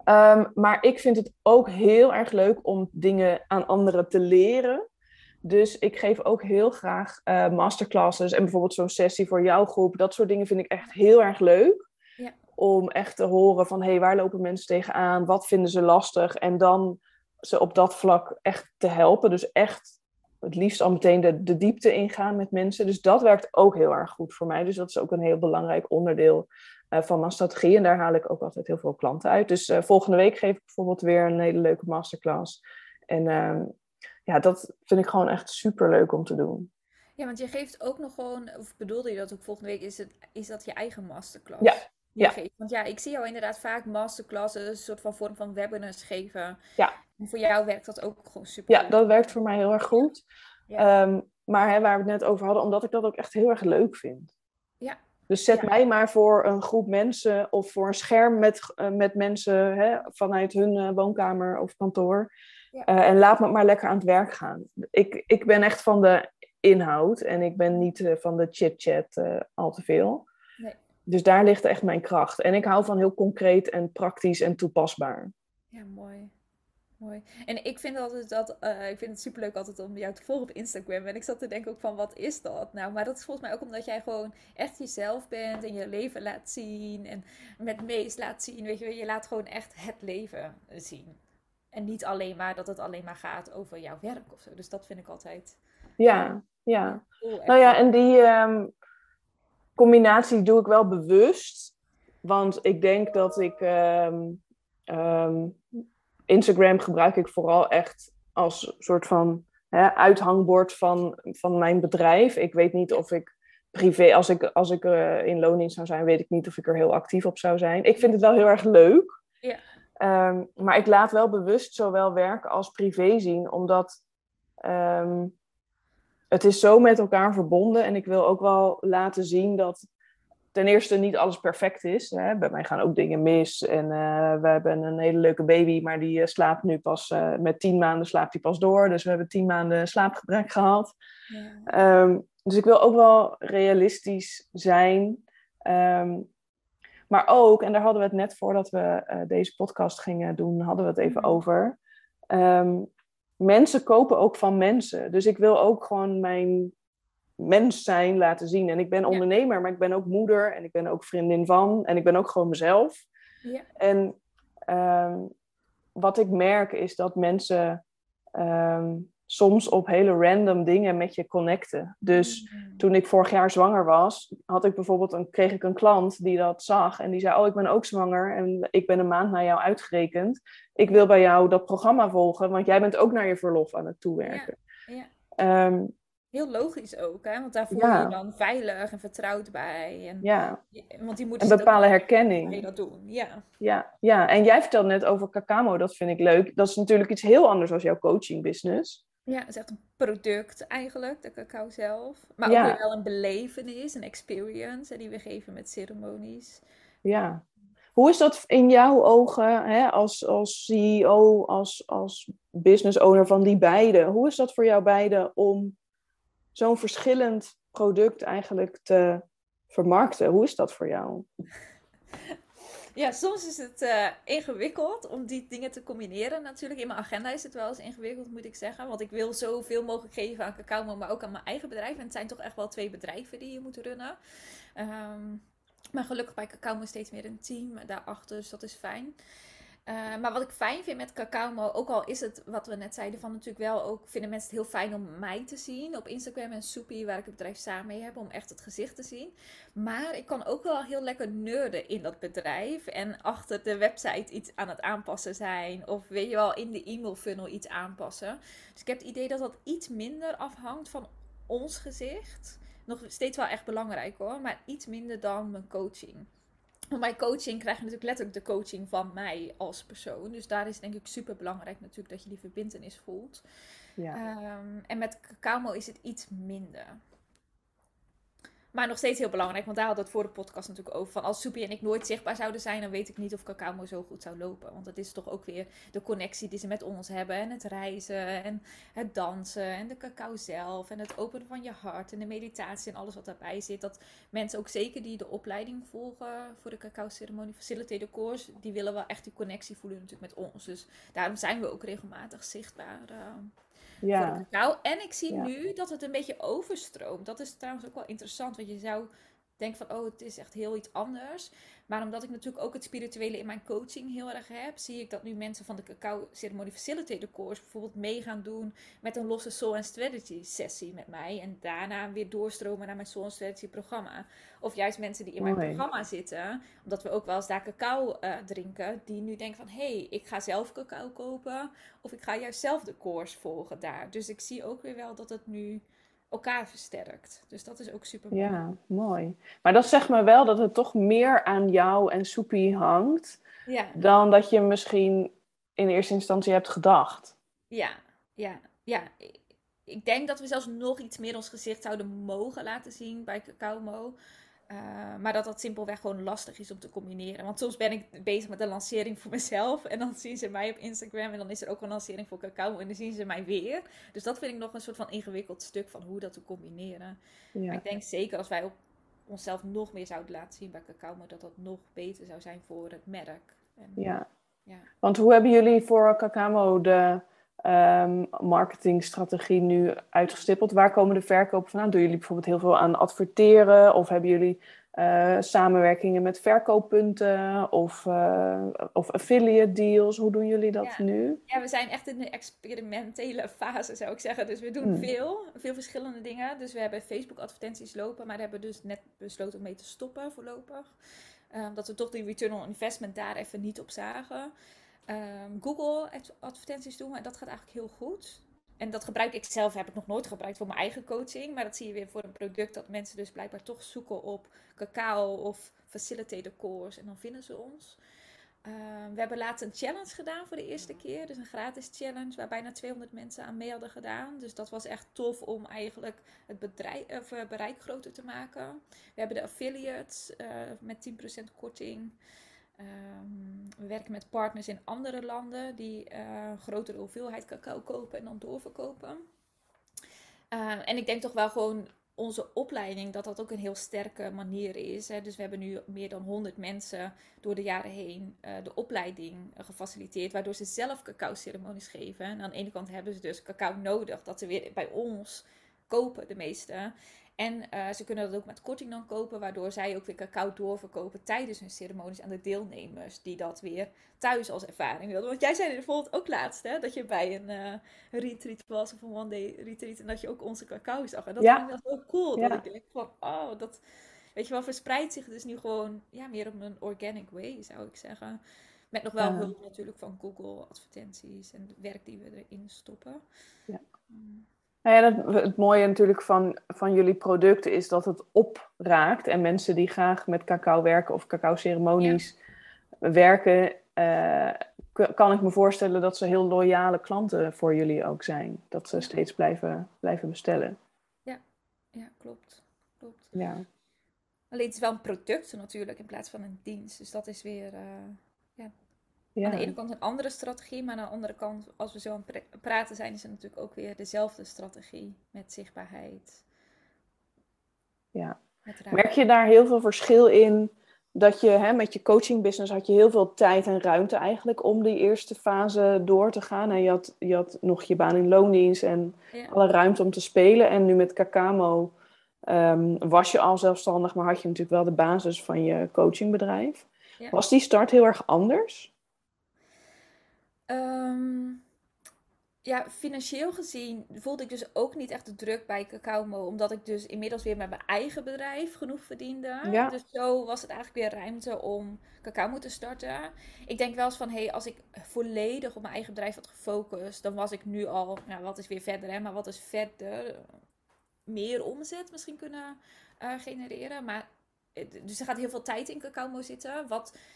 A: Maar ik vind het ook heel erg leuk om dingen aan anderen te leren. Dus ik geef ook heel graag masterclasses en bijvoorbeeld zo'n sessie voor jouw groep. Dat soort dingen vind ik echt heel erg leuk.
B: Ja.
A: Om echt te horen van, hey, waar lopen mensen tegenaan? Wat vinden ze lastig? En dan ze op dat vlak echt te helpen. Dus echt het liefst al meteen de diepte ingaan met mensen. Dus dat werkt ook heel erg goed voor mij. Dus dat is ook een heel belangrijk onderdeel van mijn strategie. En daar haal ik ook altijd heel veel klanten uit. Dus volgende week geef ik bijvoorbeeld weer een hele leuke masterclass. En ja, dat vind ik gewoon echt super leuk om te doen.
B: Ja, want je geeft ook nog gewoon, of bedoelde je dat ook volgende week, is dat je eigen
A: Ja,
B: masterclass die je
A: ja,
B: geeft? Want ja, ik zie jou inderdaad vaak masterclasses, een soort van vorm van webinars geven.
A: ja.
B: En voor jou werkt dat ook gewoon super
A: Ja,
B: goed.
A: dat werkt voor mij heel erg goed.
B: Ja,
A: Maar hè, waar we het net over hadden, omdat ik dat ook echt heel erg leuk vind.
B: ja,
A: Dus zet
B: ja,
A: mij maar voor een groep mensen of voor een scherm met mensen hè, vanuit hun woonkamer of kantoor.
B: ja.
A: En laat me maar lekker aan het werk gaan. Ik ben echt van de inhoud en ik ben niet van de chit-chat al te veel.
B: Nee.
A: Dus daar ligt echt mijn kracht. En ik hou van heel concreet en praktisch en toepasbaar.
B: Ja, mooi. Mooi. En ik vind altijd ik vind het superleuk altijd om jou te volgen op Instagram. En ik zat te denken ook van, wat is dat nou? Maar dat is volgens mij ook omdat jij gewoon echt jezelf bent en je leven laat zien. En met Mees laat zien, weet je wel. Je laat gewoon echt het leven zien. En niet alleen maar dat het alleen maar gaat over jouw werk of zo. Dus dat vind ik altijd
A: Ja, ja.
B: cool,
A: Nou
B: echt
A: ja,
B: cool.
A: en die combinatie doe ik wel bewust. Want ik denk dat ik ehm, Instagram gebruik ik vooral echt als soort van uithangbord van mijn bedrijf. Ik weet niet
B: Ja,
A: of ik privé, als ik in loondienst zou zijn, weet ik niet of ik er heel actief op zou zijn. Ik vind het wel heel erg leuk.
B: ja,
A: Maar ik laat wel bewust zowel werk als privé zien, omdat ehm, het is zo met elkaar verbonden. En ik wil ook wel laten zien dat ten eerste niet alles perfect is. Hè. Bij mij gaan ook dingen mis. En we hebben een hele leuke baby, maar die slaapt nu pas met 10 maanden slaapt hij pas door. Dus we hebben 10 maanden slaapgebrek gehad.
B: ja.
A: Dus ik wil ook wel realistisch zijn. Maar ook, en daar hadden we het net voordat we deze podcast gingen doen, hadden we het even
B: Mhm.
A: over. Um, Mensen kopen ook van mensen. Dus ik wil ook gewoon mijn mens zijn laten zien. En ik ben
B: Ja,
A: ondernemer, maar ik ben ook moeder en ik ben ook vriendin van. En ik ben ook gewoon mezelf.
B: ja.
A: En wat ik merk is dat mensen soms op hele random dingen met je connecten. Dus
B: Mhm.
A: toen ik vorig jaar zwanger was, kreeg ik een klant die dat zag. En die zei, oh, ik ben ook zwanger en ik ben een maand naar jou uitgerekend. Ik
B: Ja,
A: wil bij jou dat programma volgen, want jij bent ook naar je verlof aan het
B: ja,
A: toewerken.
B: ja.
A: Um,
B: Heel logisch ook, hè? Want daar voel je je
A: ja,
B: dan veilig en vertrouwd bij. En,
A: ja.
B: want die moeten
A: En
B: zit ook
A: bepaalde
B: wel ga je
A: herkenning.
B: dat doen. Ja.
A: Ja, ja. En jij vertelde net over Kakamo, dat vind ik leuk. Dat is natuurlijk iets heel anders dan jouw coaching business.
B: Ja, het is echt een product eigenlijk, de cacao zelf. Maar ook weer
A: Ja,
B: wel een belevenis, een experience, hè, die we geven met ceremonies.
A: ja. Hoe is dat in jouw ogen, hè, als CEO, als business owner van die beide? Hoe is dat voor jou beiden om zo'n verschillend product eigenlijk te vermarkten? Hoe is dat voor jou?
B: Ja, soms is het ingewikkeld om die dingen te combineren natuurlijk. In mijn agenda is het wel eens ingewikkeld, moet ik zeggen. Want ik wil zoveel mogelijk geven aan cacao, maar ook aan mijn eigen bedrijf. En het zijn toch echt wel twee bedrijven die je moet runnen. Ehm, maar gelukkig bij Cacao steeds meer een team daarachter, dus dat is fijn. Maar wat ik fijn vind met Cacao, ook al is het wat we net zeiden, van natuurlijk wel ook vinden mensen het heel fijn om mij te zien op Instagram en Soepie, waar ik het bedrijf samen mee heb, om echt het gezicht te zien. Maar ik kan ook wel heel lekker nerden in dat bedrijf en achter de website iets aan het aanpassen zijn. Of weet je wel, in de e-mail funnel iets aanpassen. Dus ik heb het idee dat dat iets minder afhangt van ons gezicht. Nog steeds wel echt belangrijk hoor, maar iets minder dan mijn coaching. Want bij coaching krijg je natuurlijk letterlijk de coaching van mij als persoon. Dus daar is denk ik super belangrijk natuurlijk dat je die verbintenis voelt.
A: Ja.
B: En met Cacao is het iets minder. Maar nog steeds heel belangrijk, want daar hadden we het voor de podcast natuurlijk over. Van als Soepie en ik nooit zichtbaar zouden zijn, dan weet ik niet of Kakao zo goed zou lopen. Want dat is toch ook weer de connectie die ze met ons hebben. En het reizen en het dansen en de cacao zelf. En het openen van je hart en de meditatie en alles wat daarbij zit. Dat mensen ook zeker die de opleiding volgen voor de cacao ceremonie facilitator course, die willen wel echt die connectie voelen natuurlijk met ons. Dus daarom zijn we ook regelmatig zichtbaar. Voor de cacao. En ik zie nu dat het een beetje overstroomt. Dat is trouwens ook wel interessant. Want je zou denken van, het is echt heel iets anders. Maar omdat ik natuurlijk ook het spirituele in mijn coaching heel erg heb, zie ik dat nu mensen van de Cacao Ceremonie Facilitator Course bijvoorbeeld mee gaan doen met een losse Soul and Strategy sessie met mij. En daarna weer doorstromen naar mijn Soul and Strategy programma. Of juist mensen die in mijn programma zitten, omdat we ook wel eens daar cacao drinken, die nu denken van, ik ga zelf cacao kopen. Of ik ga juist zelf de course volgen daar. Dus ik zie ook weer wel dat het nu elkaar versterkt. Dus dat is ook super mooi.
A: Ja, mooi. Maar dat zegt me wel dat het toch meer aan jou en Soepie hangt, dan dat je misschien in eerste instantie hebt gedacht.
B: Ja. Ik denk dat we zelfs nog iets meer ons gezicht zouden mogen laten zien bij Cacao Mo. Maar dat simpelweg gewoon lastig is om te combineren. Want soms ben ik bezig met een lancering voor mezelf. En dan zien ze mij op Instagram. En dan is er ook een lancering voor Cacao. En dan zien ze mij weer. Dus dat vind ik nog een soort van ingewikkeld stuk van hoe dat te combineren. Ja. Maar ik denk zeker als wij onszelf nog meer zouden laten zien bij Cacao. Dat dat nog beter zou zijn voor het merk.
A: Ja. Want hoe hebben jullie voor Cacao de marketingstrategie nu uitgestippeld? Waar komen de verkopen vandaan? Doen jullie bijvoorbeeld heel veel aan adverteren? Of hebben jullie samenwerkingen met verkooppunten? Of affiliate deals? Hoe doen jullie dat nu?
B: Ja, we zijn echt in de experimentele fase, zou ik zeggen. Dus we doen veel verschillende dingen. Dus we hebben Facebook advertenties lopen. Maar daar hebben we dus net besloten om mee te stoppen voorlopig. Dat we toch die return on investment daar even niet op zagen. Google advertenties doen, en dat gaat eigenlijk heel goed. En dat gebruik ik zelf, heb ik nog nooit gebruikt voor mijn eigen coaching. Maar dat zie je weer voor een product dat mensen dus blijkbaar toch zoeken op cacao of facilitator course. En dan vinden ze ons. We hebben laatst een challenge gedaan voor de eerste keer. Dus een gratis challenge waar bijna 200 mensen aan mee hadden gedaan. Dus dat was echt tof om eigenlijk het bereik groter te maken. We hebben de affiliates met 10% korting. We werken met partners in andere landen die een grotere hoeveelheid cacao kopen en dan doorverkopen. En ik denk toch wel gewoon onze opleiding, dat ook een heel sterke manier is. Hè. Dus we hebben nu meer dan 100 mensen door de jaren heen de opleiding gefaciliteerd, waardoor ze zelf cacao-ceremonies geven. En aan de ene kant hebben ze dus cacao nodig, dat ze weer bij ons kopen, de meeste. En ze kunnen dat ook met korting dan kopen, waardoor zij ook weer cacao doorverkopen tijdens hun ceremonies aan de deelnemers, die dat weer thuis als ervaring wilden. Want jij zei bijvoorbeeld ook laatst, hè, dat je bij een retreat was, of een one-day retreat, en dat je ook onze cacao zag. En dat vind ik wel zo cool, dat ik denk van, dat, weet je wel, verspreidt zich dus nu gewoon meer op een organic way, zou ik zeggen. Met nog wel hulp natuurlijk van Google advertenties en het werk die we erin stoppen.
A: Ja. Nou ja, het mooie natuurlijk van jullie producten is dat het opraakt. En mensen die graag met cacao werken of cacao-ceremonies werken, kan ik me voorstellen dat ze heel loyale klanten voor jullie ook zijn. Dat ze steeds blijven bestellen.
B: Ja, klopt.
A: Ja.
B: Alleen het is wel een product natuurlijk in plaats van een dienst. Dus dat is weer aan de ene kant een andere strategie. Maar aan de andere kant, als we zo aan het praten zijn, is het natuurlijk ook weer dezelfde strategie met zichtbaarheid.
A: Ja. Merk je daar heel veel verschil in? Dat je met je coaching business had je heel veel tijd en ruimte eigenlijk om die eerste fase door te gaan. En je had nog je baan in loondienst en alle ruimte om te spelen. En nu met Cacamo was je al zelfstandig, maar had je natuurlijk wel de basis van je coachingbedrijf. Ja. Was die start heel erg anders?
B: Financieel gezien voelde ik dus ook niet echt de druk bij Cacao, omdat ik dus inmiddels weer met mijn eigen bedrijf genoeg verdiende. Ja. Dus zo was het eigenlijk weer ruimte om Cacao te starten. Ik denk wel eens van, als ik volledig op mijn eigen bedrijf had gefocust, dan was ik nu al, wat is weer verder, maar wat is verder meer omzet misschien kunnen genereren. Maar, dus er gaat heel veel tijd in Cacao zitten, wat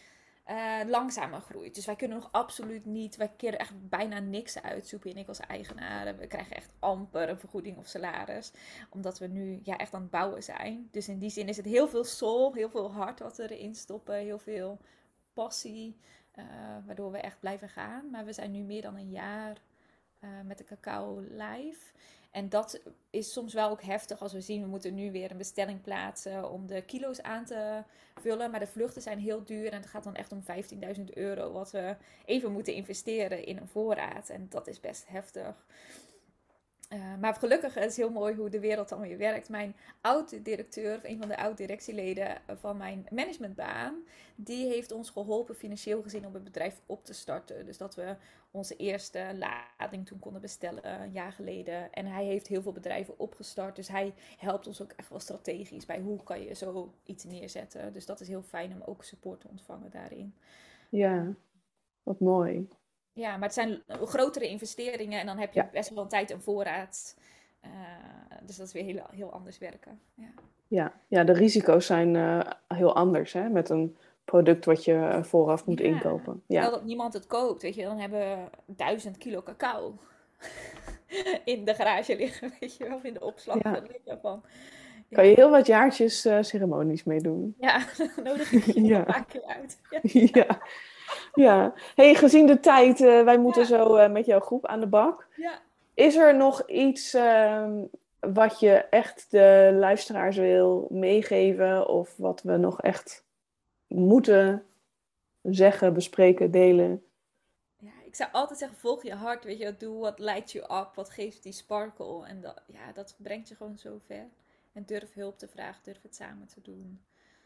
B: langzamer groeit. Dus wij kunnen nog absoluut niet, wij keren echt bijna niks uit, Soepie en ik als eigenaren. We krijgen echt amper een vergoeding of salaris, omdat we nu echt aan het bouwen zijn. Dus in die zin is het heel veel soul, heel veel hart wat we erin stoppen, heel veel passie, waardoor we echt blijven gaan. Maar we zijn nu meer dan een jaar met de cacao live. En dat is soms wel ook heftig als we zien, we moeten nu weer een bestelling plaatsen om de kilo's aan te vullen. Maar de vluchten zijn heel duur en het gaat dan echt om €15.000 wat we even moeten investeren in een voorraad. En dat is best heftig. Maar gelukkig is het heel mooi hoe de wereld dan weer werkt. Mijn oud-directeur, of een van de oud-directieleden van mijn managementbaan, die heeft ons geholpen financieel gezien om het bedrijf op te starten. Dus dat we onze eerste lading toen konden bestellen een jaar geleden. En hij heeft heel veel bedrijven opgestart. Dus hij helpt ons ook echt wel strategisch bij hoe kan je zo iets neerzetten. Dus dat is heel fijn om ook support te ontvangen daarin.
A: Ja, wat mooi.
B: Ja, maar het zijn grotere investeringen en dan heb je best wel een tijd een voorraad. Dus dat is weer heel anders werken.
A: Ja, de risico's zijn heel anders, hè? Met een product wat je vooraf moet inkopen.
B: Stel dat niemand het koopt, weet je, dan hebben we 1000 kilo cacao in de garage liggen, weet je wel, in de opslag liggen van.
A: Kan je heel wat jaartjes ceremonies meedoen.
B: Ja, dan nodig ik je een paar keer uit.
A: Ja. Hey, gezien de tijd, wij moeten zo met jouw groep aan de bak.
B: Ja.
A: Is er nog iets wat je echt de luisteraars wil meegeven? Of wat we nog echt moeten zeggen, bespreken, delen?
B: Ja, ik zou altijd zeggen, volg je hart, weet je, doe wat light you up, wat geeft die sparkle. En dat brengt je gewoon zo ver. En durf hulp te vragen, durf het samen te doen.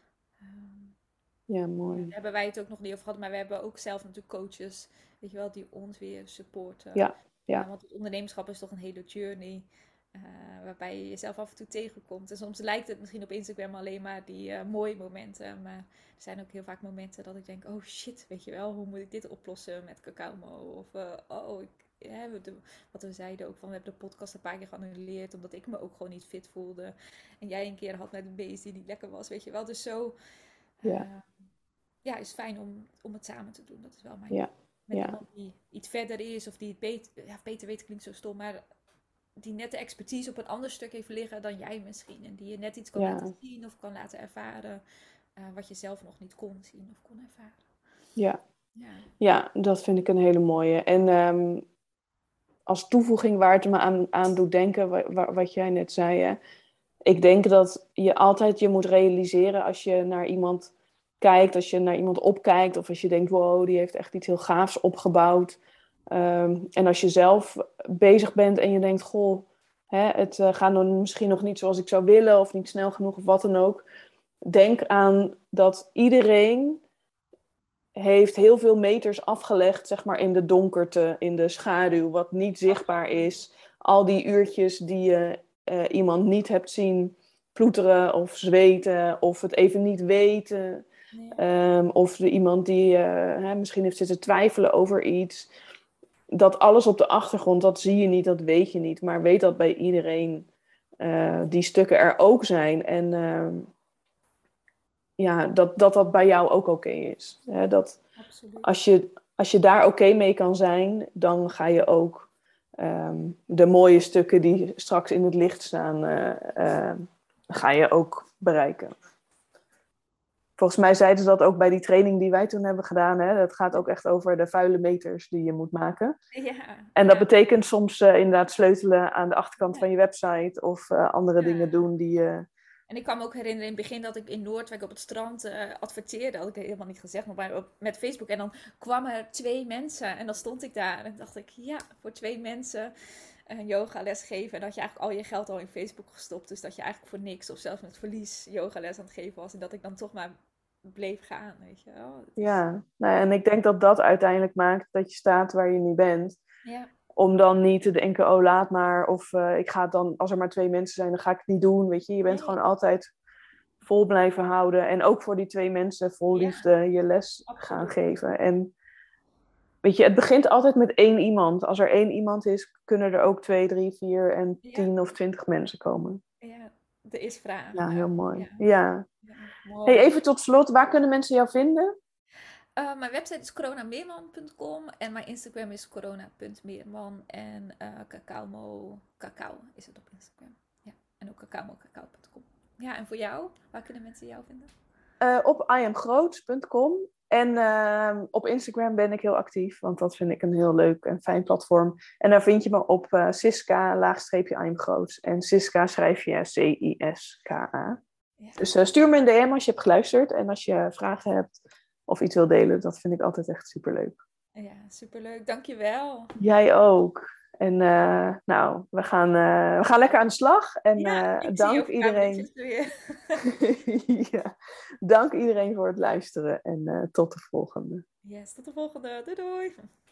A: Ja, mooi.
B: Daar hebben wij het ook nog niet over gehad, maar we hebben ook zelf natuurlijk coaches, weet je wel, die ons weer supporten.
A: Ja.
B: Want het ondernemerschap is toch een hele journey, waarbij je jezelf af en toe tegenkomt. En soms lijkt het misschien op Instagram alleen maar die mooie momenten, maar er zijn ook heel vaak momenten dat ik denk, oh shit, weet je wel, hoe moet ik dit oplossen met Cacao? Of wat we zeiden ook van, we hebben de podcast een paar keer geannuleerd, omdat ik me ook gewoon niet fit voelde. En jij een keer had met een beest die niet lekker was, weet je wel. Dus zo... is fijn om het samen te doen. Dat is wel mijn... Met iemand die iets verder is, of die het beter... Ja, beter weten klinkt zo stom, maar die net de expertise op een ander stuk heeft liggen dan jij misschien. En die je net iets kan laten zien of kan laten ervaren wat je zelf nog niet kon zien of kon ervaren.
A: Ja, dat vind ik een hele mooie. En als toevoeging waar het me aan doet denken, wat jij net zei, hè? Ik denk dat je altijd je moet realiseren als je naar iemand kijkt, als je naar iemand opkijkt, of als je denkt, wow, die heeft echt iets heel gaafs opgebouwd. En als je zelf bezig bent en je denkt, goh, het gaat dan misschien nog niet zoals ik zou willen, of niet snel genoeg, of wat dan ook. Denk aan dat iedereen heeft heel veel meters afgelegd, zeg maar, in de donkerte, in de schaduw, wat niet zichtbaar is. Al die uurtjes die je iemand niet hebt zien ploeteren of zweten, of het even niet weten. Of iemand die misschien heeft zitten twijfelen over iets. Dat alles op de achtergrond, dat zie je niet, dat weet je niet. Maar weet dat bij iedereen die stukken er ook zijn. En dat bij jou ook oké is. Dat als je daar oké mee kan zijn, dan ga je ook de mooie stukken die straks in het licht staan, ga je ook bereiken. Volgens mij zeiden ze dat ook bij die training die wij toen hebben gedaan. Hè? Dat gaat ook echt over de vuile meters die je moet maken. En dat betekent soms inderdaad sleutelen aan de achterkant van je website of andere dingen doen die...
B: En ik kan me ook herinneren in het begin dat ik in Noordwijk op het strand adverteerde. Dat had ik helemaal niet gezegd, maar met Facebook. En dan kwamen er 2 mensen en dan stond ik daar. En dacht ik, voor 2 mensen een yogales geven. En dat je eigenlijk al je geld al in Facebook gestopt. Dus dat je eigenlijk voor niks of zelfs met verlies yogales aan het geven was. En dat ik dan toch maar bleef gaan, weet je wel.
A: Ja, en ik denk dat dat uiteindelijk maakt dat je staat waar je nu bent.
B: Ja.
A: Om dan niet te denken, oh laat maar. Of ik ga het dan, als er maar 2 mensen zijn, dan ga ik het niet doen. Weet je, je bent gewoon altijd vol blijven houden. En ook voor die 2 mensen vol liefde je les gaan geven. En weet je, het begint altijd met 1 iemand. Als er 1 iemand is, kunnen er ook 2, 3, 4 en 10 of 20 mensen komen.
B: Ja, er is vraag.
A: Ja, heel mooi. Ja. Hey, even tot slot, waar kunnen mensen jou vinden?
B: Mijn website is coronameerman.com en mijn Instagram is corona.meerman en cacao is het op Instagram. Ja, en ook cacao.com. Ja, en voor jou, waar kunnen mensen jou vinden?
A: Op iamgroots.com. En op Instagram ben ik heel actief, want dat vind ik een heel leuk en fijn platform. En daar vind je me op Siska_IamGroots. En Siska schrijf je Ciska. Ja. Dus stuur me een DM als je hebt geluisterd. En als je vragen hebt of iets wil delen, dat vind ik altijd echt superleuk.
B: Ja, superleuk. Dankjewel.
A: Jij ook. En we gaan lekker aan de slag. En dank iedereen. Ja, dank iedereen voor het luisteren. En tot de volgende.
B: Yes, tot de volgende. Doei doei.